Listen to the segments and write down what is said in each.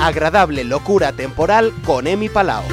agradable locura temporal con Emi Palao.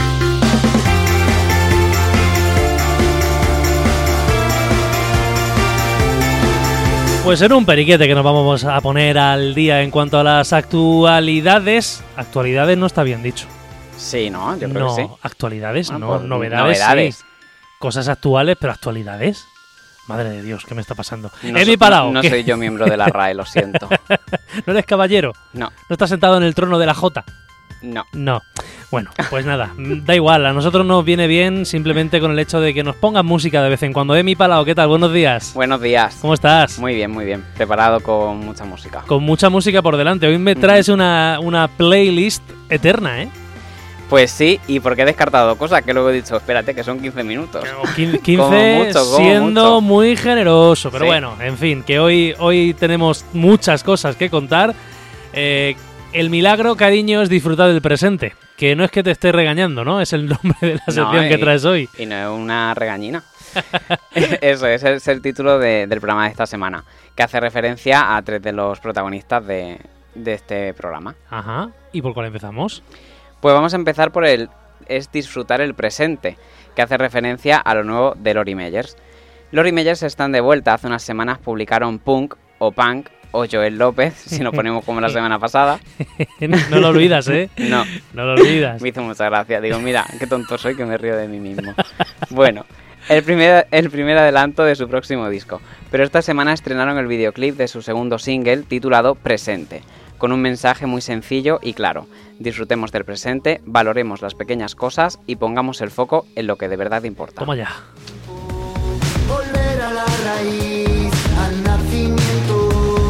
Pues en un periquete que nos vamos a poner al día en cuanto a las actualidades. Actualidades no está bien dicho. Sí, ¿no? Yo creo que sí. Actualidades, Bueno, no, pues, novedades. Sí. Cosas actuales, pero actualidades. Madre de Dios, ¿qué me está pasando? No, Emi Palao. No soy yo miembro de la RAE, lo siento. ¿No eres caballero? No. ¿No estás sentado en el trono de la Jota? No. No. Bueno, pues nada, da igual, a nosotros nos viene bien simplemente con el hecho de que nos pongan música de vez en cuando. Emi Palao, ¿qué tal? Buenos días. Buenos días. ¿Cómo estás? Muy bien, muy bien. Preparado con mucha música. Con mucha música por delante. Hoy me traes una playlist eterna, ¿eh? Pues sí, y porque he descartado cosas que luego he dicho, espérate, que son 15 minutos. 15 como mucho, siendo muy generoso, pero sí. Bueno, en fin, que hoy tenemos muchas cosas que contar. El milagro, cariño, es disfrutar del presente. Que no es que te esté regañando, ¿no? Es el nombre de la sección que traes hoy. Y no es una regañina. Eso es el título del programa de esta semana, que hace referencia a 3 de los protagonistas de este programa. Ajá. ¿Y por cuál empezamos? Pues vamos a empezar por es disfrutar el presente, que hace referencia a lo nuevo de Lori Meyers. Lori Meyers están de vuelta. Hace unas semanas publicaron Punk o Joel López, si nos ponemos como la semana pasada. No lo olvidas, ¿eh? No lo olvidas. Me hizo mucha gracia. Digo, mira, qué tonto soy que me río de mí mismo. Bueno, el primer adelanto de su próximo disco. Pero esta semana estrenaron el videoclip de su segundo single titulado Presente, con un mensaje muy sencillo y claro. Disfrutemos del presente, valoremos las pequeñas cosas y pongamos el foco en lo que de verdad importa. Toma ya. Volver a la raíz, al nacimiento.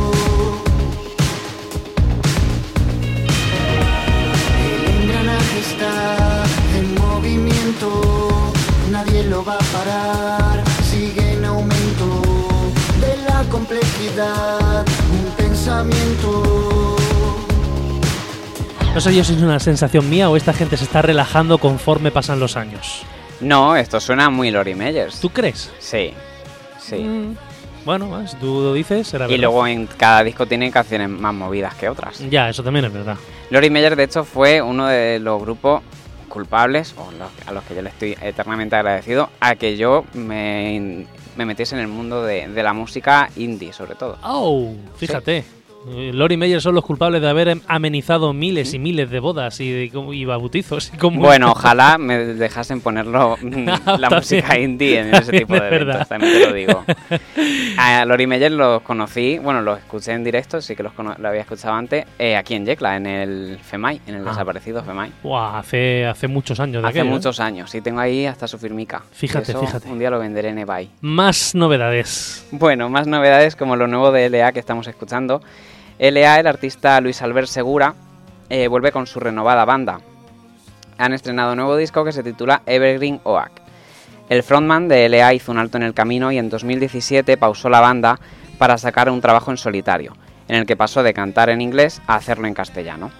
El engranaje está en movimiento, nadie lo va a parar, sigue en aumento de la complejidad, un pensamiento. No sé yo si es una sensación mía o esta gente se está relajando conforme pasan los años. No, esto suena muy Lori Meyers. ¿Tú crees? Sí. Bueno, si tú lo dices, será verdad. Y luego en cada disco tienen canciones más movidas que otras. Ya, eso también es verdad. Lori Meyers, de hecho, fue uno de los grupos culpables, o a los que yo le estoy eternamente agradecido, a que yo me metiese en el mundo de la música indie, sobre todo. ¡Oh! Fíjate. Sí. Lori Meyers son los culpables de haber amenizado miles y miles de bodas y bautizos. Bueno, ojalá me dejasen ponerlo la música indie en ese tipo de eventos, también te lo digo. A Lori Meyers los conocí, bueno, los escuché en directo, sí que lo había escuchado antes, aquí en Yecla, en el FEMAI, en el desaparecido FEMAI. Wow, hace muchos años. Hace muchos años, sí, tengo ahí hasta su firmica. Fíjate. Un día lo venderé en eBay. Más novedades. Bueno, más novedades como lo nuevo de LA que estamos escuchando. LA, el artista Luis Albert Segura, vuelve con su renovada banda. Han estrenado un nuevo disco que se titula Evergreen Oak. El frontman de LA hizo un alto en el camino y en 2017 pausó la banda para sacar un trabajo en solitario, en el que pasó de cantar en inglés a hacerlo en castellano.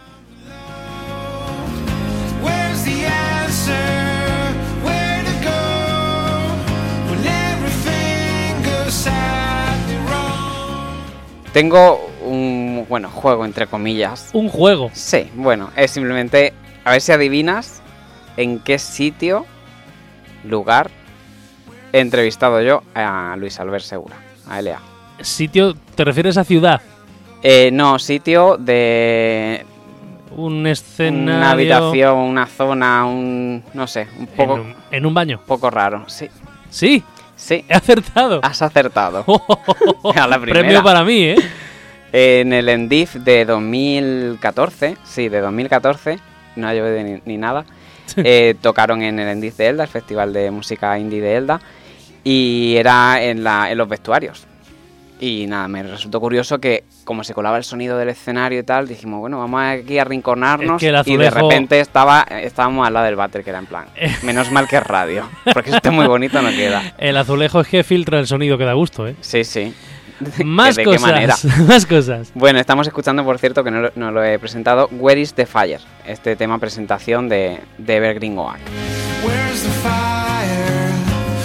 Tengo un, juego entre comillas. ¿Un juego? Sí, bueno, es simplemente a ver si adivinas en qué sitio, lugar, he entrevistado yo a Luis Albert Segura, a LA. ¿Sitio? ¿Te refieres a ciudad? No, sitio de... Un escenario... Una habitación, una zona, no sé, un poco... ¿En un baño? Un poco raro, sí. ¿Sí? Sí. He acertado. Has acertado. A la primera. Premio para mí, ¿eh? En el Endif de 2014, sí, de 2014, no ha llovido ni nada, tocaron en el Endif de Elda, el Festival de Música Indie de Elda, y era en los vestuarios. Y nada, me resultó curioso que como se colaba el sonido del escenario y tal, dijimos, bueno, vamos aquí a rinconarnos, es que y de repente estábamos al lado del váter, que era en plan, menos mal que es radio, porque si está muy bonito no queda. El azulejo es que filtra el sonido que da gusto, ¿eh? Sí, sí. Más ¿De cosas, qué manera? Más cosas. Bueno, estamos escuchando, por cierto, que no lo he presentado, Where is the Fire, este tema presentación de Evergreen Oak. Where's the fire?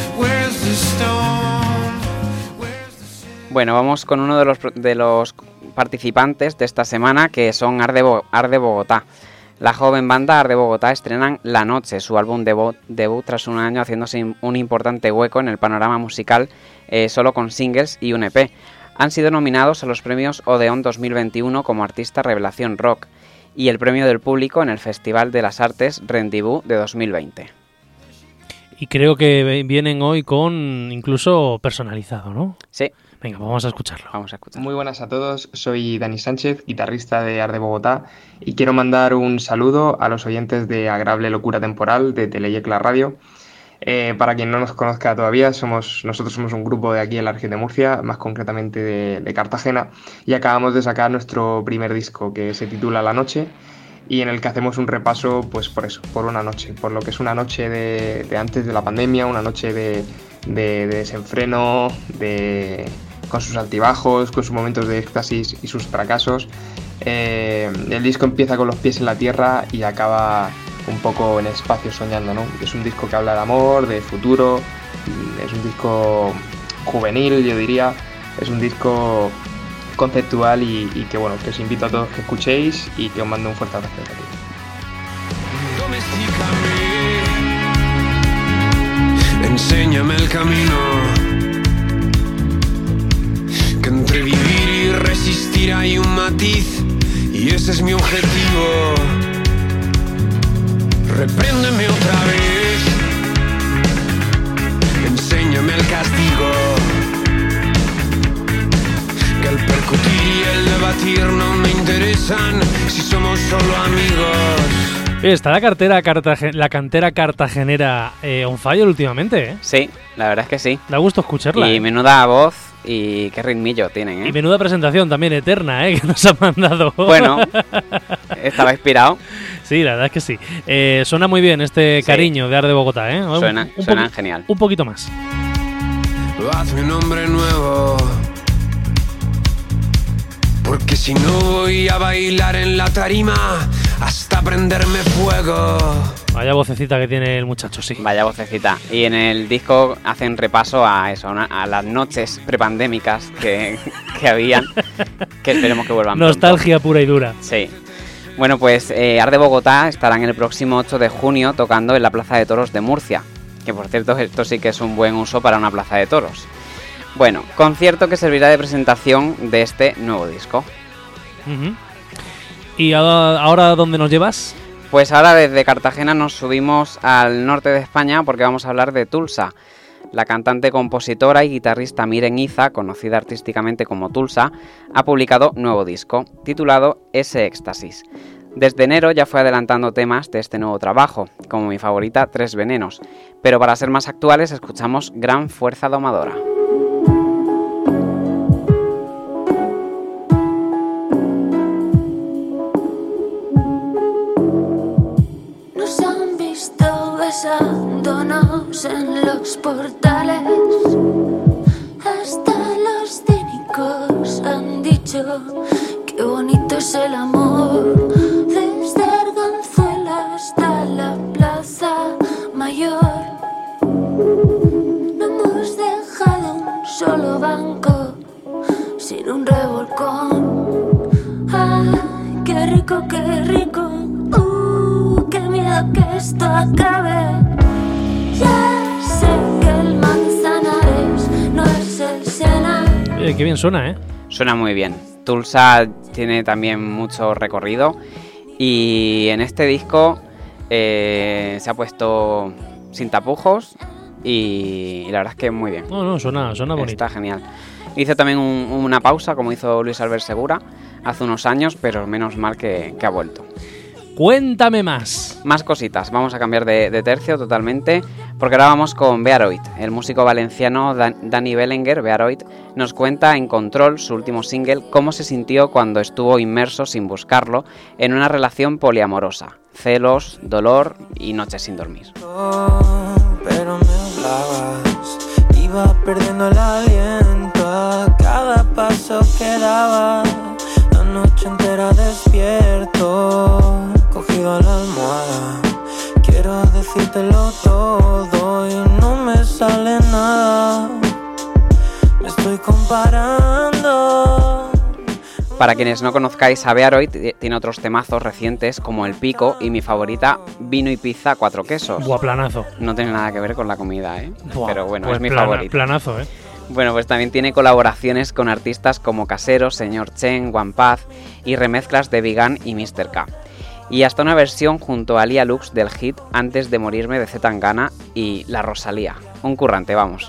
Where's the stone? Bueno, vamos con uno de los participantes de esta semana, que son Arde Bogotá. La joven banda Arde Bogotá estrenan La Noche, su álbum debut tras un año haciéndose un importante hueco en el panorama musical, solo con singles y un EP. Han sido nominados a los premios Odeón 2021 como Artista Revelación Rock y el premio del público en el Festival de las Artes Rendezvous de 2020. Y creo que vienen hoy con incluso personalizado, ¿no? Sí. Venga, vamos a escucharlo. Vamos a escuchar. Muy buenas a todos, soy Dani Sánchez, guitarrista de Arde Bogotá, y quiero mandar un saludo a los oyentes de Agradable Locura Temporal de Teleyecla Radio. Para quien no nos conozca todavía, nosotros somos un grupo de aquí en la región de Murcia, más concretamente de Cartagena, y acabamos de sacar nuestro primer disco, que se titula La Noche, y en el que hacemos un repaso, pues por eso, por una noche, por lo que es una noche de antes de la pandemia, una noche de desenfreno, con sus altibajos, con sus momentos de éxtasis y sus fracasos. El disco empieza con los pies en la tierra y acaba un poco en el espacio soñando, ¿no? Es un disco que habla de amor, de futuro, es un disco juvenil, yo diría, es un disco conceptual y que bueno, que os invito a todos que escuchéis y que os mando un fuerte abrazo desde aquí. Enséñame el camino, que entre vivir y resistir hay un matiz, y ese es mi objetivo. Repréndeme otra vez, enséñame el castigo, que el percutir y el debatir no me interesan si somos solo amigos. Está la cantera cartagenera on fire últimamente, ¿eh? Sí, la verdad es que sí. Da gusto escucharla. Y menuda voz y qué ritmillo tienen, ¿eh? Y menuda presentación también eterna, ¿eh? Que nos han mandado. Bueno, estaba inspirado. Sí, la verdad es que sí. Suena muy bien este cariño de Arde Bogotá, ¿eh? Suena genial. Un poquito más. Hazme un hombre nuevo, porque si no voy a bailar en la tarima hasta prenderme fuego. Vaya vocecita que tiene el muchacho, sí. Vaya vocecita. Y en el disco hacen repaso a eso, a las noches prepandémicas que habían, que esperemos que vuelvan Nostalgia pronto. Pura y dura. Sí. Bueno, pues Arde Bogotá estarán el próximo 8 de junio tocando en la Plaza de Toros de Murcia, que por cierto esto sí que es un buen uso para una plaza de toros. Bueno, concierto que servirá de presentación de este nuevo disco. Uh-huh. ¿Y ahora dónde nos llevas? Pues ahora desde Cartagena nos subimos al norte de España porque vamos a hablar de Tulsa. La cantante, compositora y guitarrista Miren Iza, conocida artísticamente como Tulsa, ha publicado nuevo disco, titulado Ese Éxtasis. Desde enero ya fue adelantando temas de este nuevo trabajo, como mi favorita Tres Venenos, pero para ser más actuales escuchamos Gran Fuerza Domadora. Besándonos en los portales, hasta los cínicos han dicho qué bonito es el amor. Desde Arganzuela hasta la Plaza Mayor, no hemos dejado un solo banco sin un revolcón. Ay, qué rico, qué rico. Qué miedo que esto acabe. Ya sé que el Manzanares no es el Sena. Qué bien suena, ¿eh? Suena muy bien. Tulsa tiene también mucho recorrido y en este disco se ha puesto sin tapujos y la verdad es que muy bien. No, suena bonito. Está genial. Hizo también una pausa como hizo Luis Albert Segura hace unos años, pero menos mal que ha vuelto. Cuéntame más. Más cositas. Vamos a cambiar de tercio totalmente, porque ahora vamos con Bearoid. El músico valenciano Dani Belenguer, Bearoid, nos cuenta en Control, su último single, cómo se sintió cuando estuvo inmerso, sin buscarlo, en una relación poliamorosa. Celos, dolor y noches sin dormir. Pero me hablabas, iba perdiendo el aliento a cada paso que daba. La noche entera despierto, cogido a la almohada. Quiero decírtelo todo y no me sale nada. Me estoy comparando. Para quienes no conozcáis a Bearoy, tiene otros temazos recientes como El Pico y mi favorita, Vino y Pizza 4 quesos. Buah, planazo. No tiene nada que ver con la comida, ¿eh? Buah, pero bueno, pues es mi favorita. Planazo, ¿eh? Bueno, pues también tiene colaboraciones con artistas como Casero, Señor Chen, One Path y remezclas de Vigan y Mr. K. Y hasta una versión junto a Lia Lux del hit Antes de morirme de Zetangana y La Rosalía. Un currante, vamos.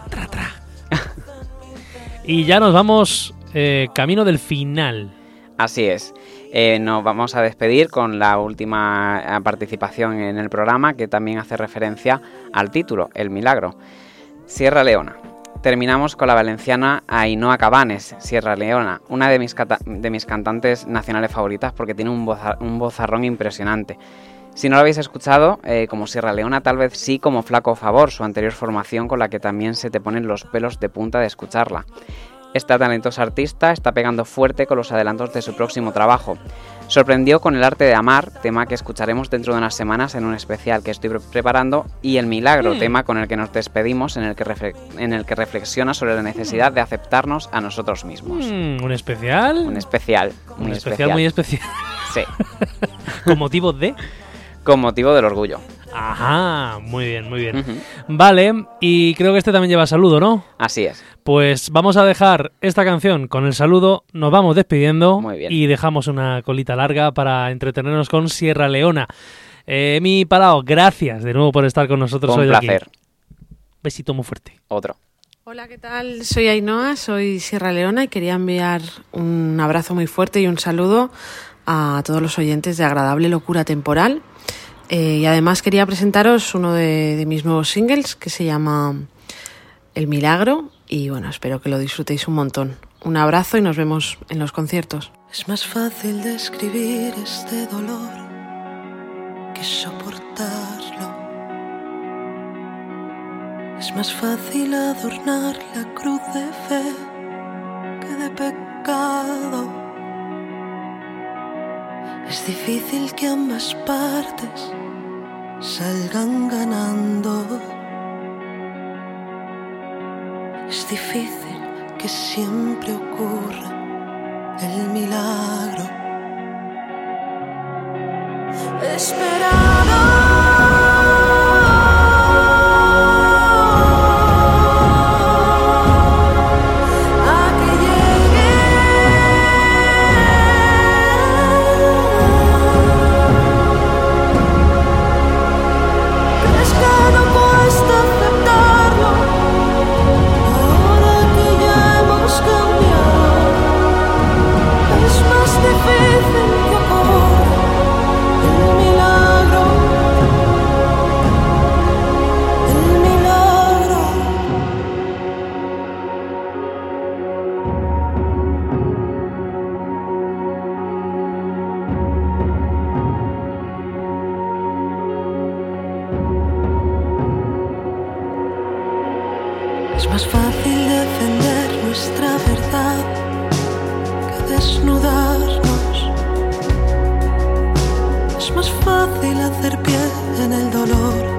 Y ya nos vamos camino del final. Así es. Nos vamos a despedir con la última participación en el programa, que también hace referencia al título, El Milagro. Sierra Leona. Terminamos con la valenciana Ainhoa Cabanes, Sierra Leona, una de mis cantantes nacionales favoritas porque tiene un vozarrón impresionante. Si no lo habéis escuchado, como Sierra Leona, tal vez sí como Flaco Favor, su anterior formación con la que también se te ponen los pelos de punta de escucharla. Esta talentosa artista está pegando fuerte con los adelantos de su próximo trabajo. Sorprendió con El arte de amar, tema que escucharemos dentro de unas semanas en un especial que estoy preparando, y El Milagro, tema con el que nos despedimos, en el que reflexiona sobre la necesidad de aceptarnos a nosotros mismos. ¿Un especial? Un especial. Un especial muy especial. Sí. ¿Con motivo de? Con motivo del orgullo. Ajá, muy bien, muy bien. Vale, y creo que este también lleva saludo, ¿no? Así es. Pues vamos a dejar esta canción con el saludo, nos vamos despidiendo. Muy bien. Y dejamos una colita larga para entretenernos con Sierra Leona. Mi Palao, gracias de nuevo por estar con nosotros hoy. Un placer. Besito muy fuerte. Otro. Hola, ¿qué tal? Soy Ainhoa, soy Sierra Leona y quería enviar un abrazo muy fuerte y un saludo a todos los oyentes de Agradable Locura Temporal. Y además quería presentaros uno de mis nuevos singles que se llama El Milagro y bueno, espero que lo disfrutéis un montón. Un abrazo y nos vemos en los conciertos. Es más fácil describir este dolor que soportarlo. Es más fácil adornar la cruz de fe que de pecado. Es difícil que ambas partes salgan ganando. Es difícil que siempre ocurra el milagro. Esperado. Es más fácil defender nuestra verdad que desnudarnos. Es más fácil hacer pie en el dolor